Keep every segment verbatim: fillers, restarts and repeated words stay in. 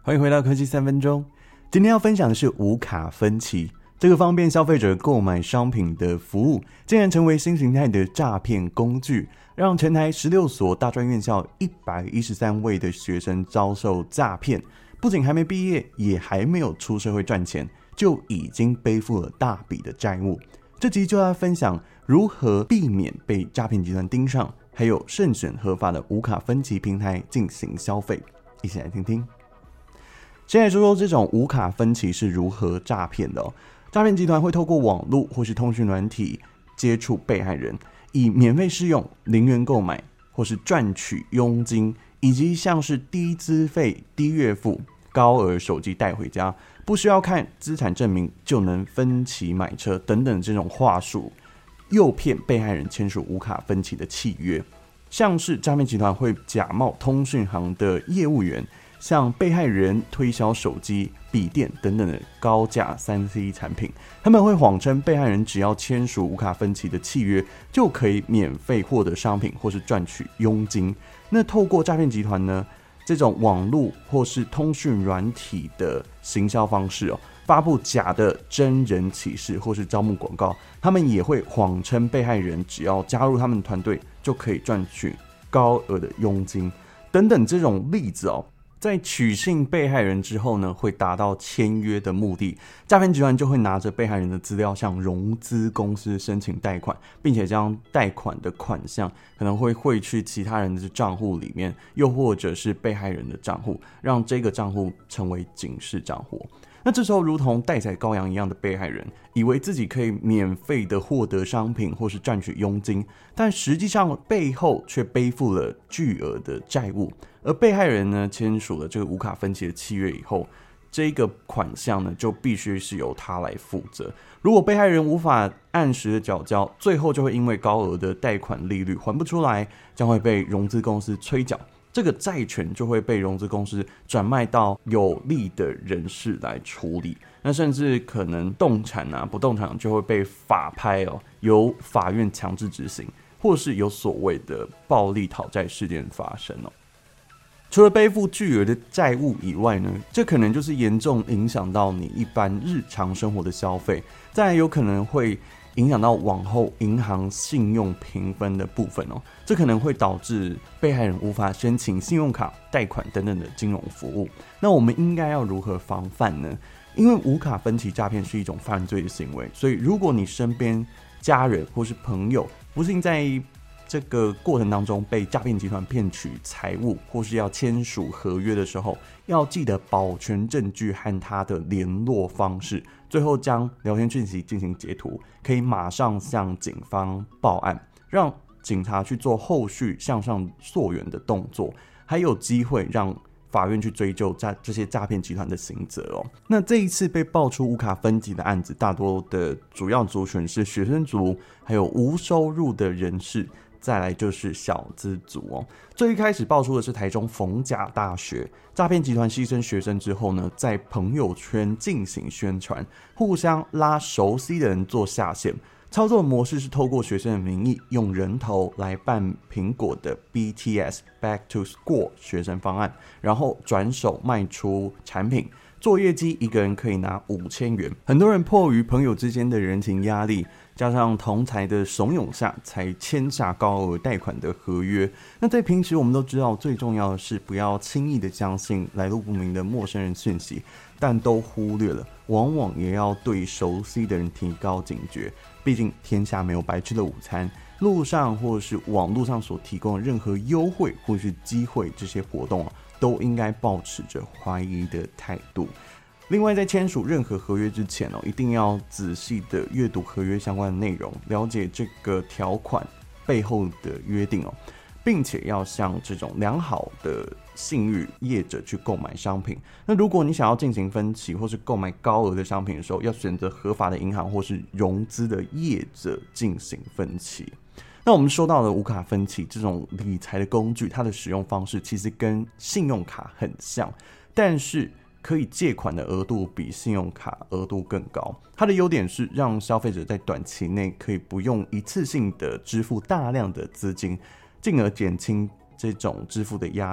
欢迎回到科技三分钟。今天要分享的是无卡分期，这个方便消费者购买商品的服务，竟然成为新形态的诈骗工具，让全台十六所大专院校一百一十三位的学生遭受诈骗，不仅还没毕业，也还没有出社会赚钱，就已经背负了大笔的债务。这集就要分享如何避免被诈骗集团盯上，还有慎选合法的无卡分期平台进行消费，一起来听听。先来说说这种无卡分期是如何诈骗的哦。诈骗集团会透过网络或是通讯软体接触被害人，以免费试用、零元购买或是赚取佣金，以及像是低资费、低月付、高额手机带回家，不需要看资产证明就能分期买车等等这种话术，诱骗被害人签署无卡分期的契约。像是诈骗集团会假冒通讯行的业务员，向被害人推销手机、笔电等等的高价 三 C 产品，他们会谎称被害人只要签署无卡分期的契约，就可以免费获得商品或是赚取佣金。那透过诈骗集团呢，这种网络或是通讯软体的行销方式哦，发布假的真人启事或是招募广告，他们也会谎称被害人只要加入他们团队就可以赚取高额的佣金等等这种例子哦。在取信被害人之后呢，会达到签约的目的，诈骗集团就会拿着被害人的资料向融资公司申请贷款，并且将贷款的款项可能会汇去其他人的账户里面，又或者是被害人的账户，让这个账户成为警示账户。那这时候如同待宰羔羊一样的被害人，以为自己可以免费的获得商品或是赚取佣金，但实际上背后却背负了巨额的债务。而被害人呢，签署了这个无卡分期的契约以后，这个款项呢就必须是由他来负责。如果被害人无法按时的缴交，最后就会因为高额的贷款利率还不出来，将会被融资公司催缴。这个债权就会被融资公司转卖到有利的人士来处理，那甚至可能动产啊、不动产就会被法拍哦，由法院强制执行，或是有所谓的暴力讨债事件发生哦。除了背负巨额的债务以外呢，这可能就是严重影响到你一般日常生活的消费，再来有可能会影响到往后银行信用评分的部分哦，这可能会导致被害人无法申请信用卡、贷款等等的金融服务。那我们应该要如何防范呢？因为无卡分期诈骗是一种犯罪的行为，所以如果你身边家人或是朋友不幸在这个过程当中被诈骗集团骗取财物，或是要签署合约的时候，要记得保全证据和他的联络方式，最后将聊天讯息进行截图，可以马上向警方报案，让警察去做后续向上溯源的动作，还有机会让法院去追究这些诈骗集团的刑责哦。那这一次被爆出无卡分期的案子，大多的主要族群是学生族，还有无收入的人士，再来就是小资族哦。最一开始爆出的是台中逢甲大学，诈骗集团牺牲学生之后呢，在朋友圈进行宣传，互相拉熟悉的人做下线。操作模式是透过学生的名义，用人头来办苹果的 B T S Back to School 学生方案，然后转手卖出产品，做业绩一个人可以拿五千元。很多人迫于朋友之间的人情压力，加上同侪的怂恿下，才签下高额贷款的合约。那在平时我们都知道，最重要的是不要轻易的相信来路不明的陌生人讯息，但都忽略了，往往也要对熟悉的人提高警觉。毕竟天下没有白吃的午餐，路上或是网络上所提供的任何优惠或是机会，这些活动都应该抱持着怀疑的态度。另外，在签署任何合约之前哦，一定要仔细的阅读合约相关的内容，了解这个条款背后的约定哦，并且要向这种良好的信誉业者去购买商品。那如果你想要进行分期或是购买高额的商品的时候，要选择合法的银行或是融资的业者进行分期。那我们说到的无卡分期这种理财的工具，它的使用方式其实跟信用卡很像，但是可以借款的额度比信用卡额度更高。它的优点是让消费者在短期内可以不用一次性的支付大量的资金，进而减轻这种支付的压力哦。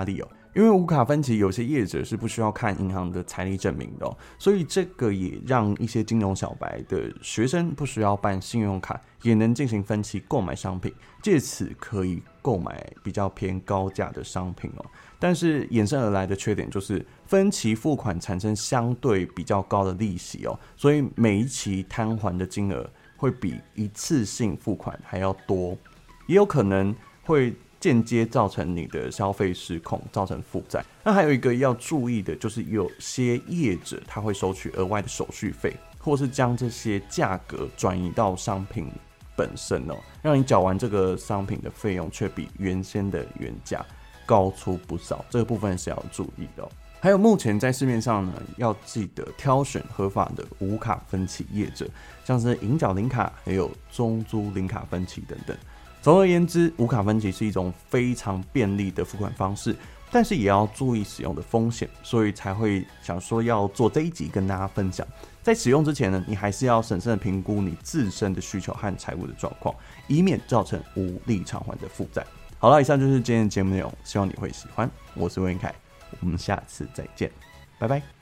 因为无卡分期有些业者是不需要看银行的财力证明的哦，所以这个也让一些金融小白的学生不需要办信用卡，也能进行分期购买商品，借此可以购买比较偏高价的商品哦。但是衍生而来的缺点就是分期付款产生相对比较高的利息哦，所以每一期摊还的金额会比一次性付款还要多，也有可能会间接造成你的消费失控，造成负债。那还有一个要注意的就是，有些业者他会收取额外的手续费，或是将这些价格转移到商品本身哦，让你缴完这个商品的费用却比原先的原价高出不少。这个部分是要注意的哦。还有目前在市面上呢，要记得挑选合法的无卡分期业者，像是银角零卡，还有中租零卡分期等等。总而言之，无卡分期是一种非常便利的付款方式，但是也要注意使用的风险，所以才会想说要做这一集跟大家分享。在使用之前呢，你还是要审慎的评估你自身的需求和财务的状况，以免造成无力偿还的负债。好了，以上就是今天的节目内容，希望你会喜欢。我是温凯，我们下次再见，拜拜。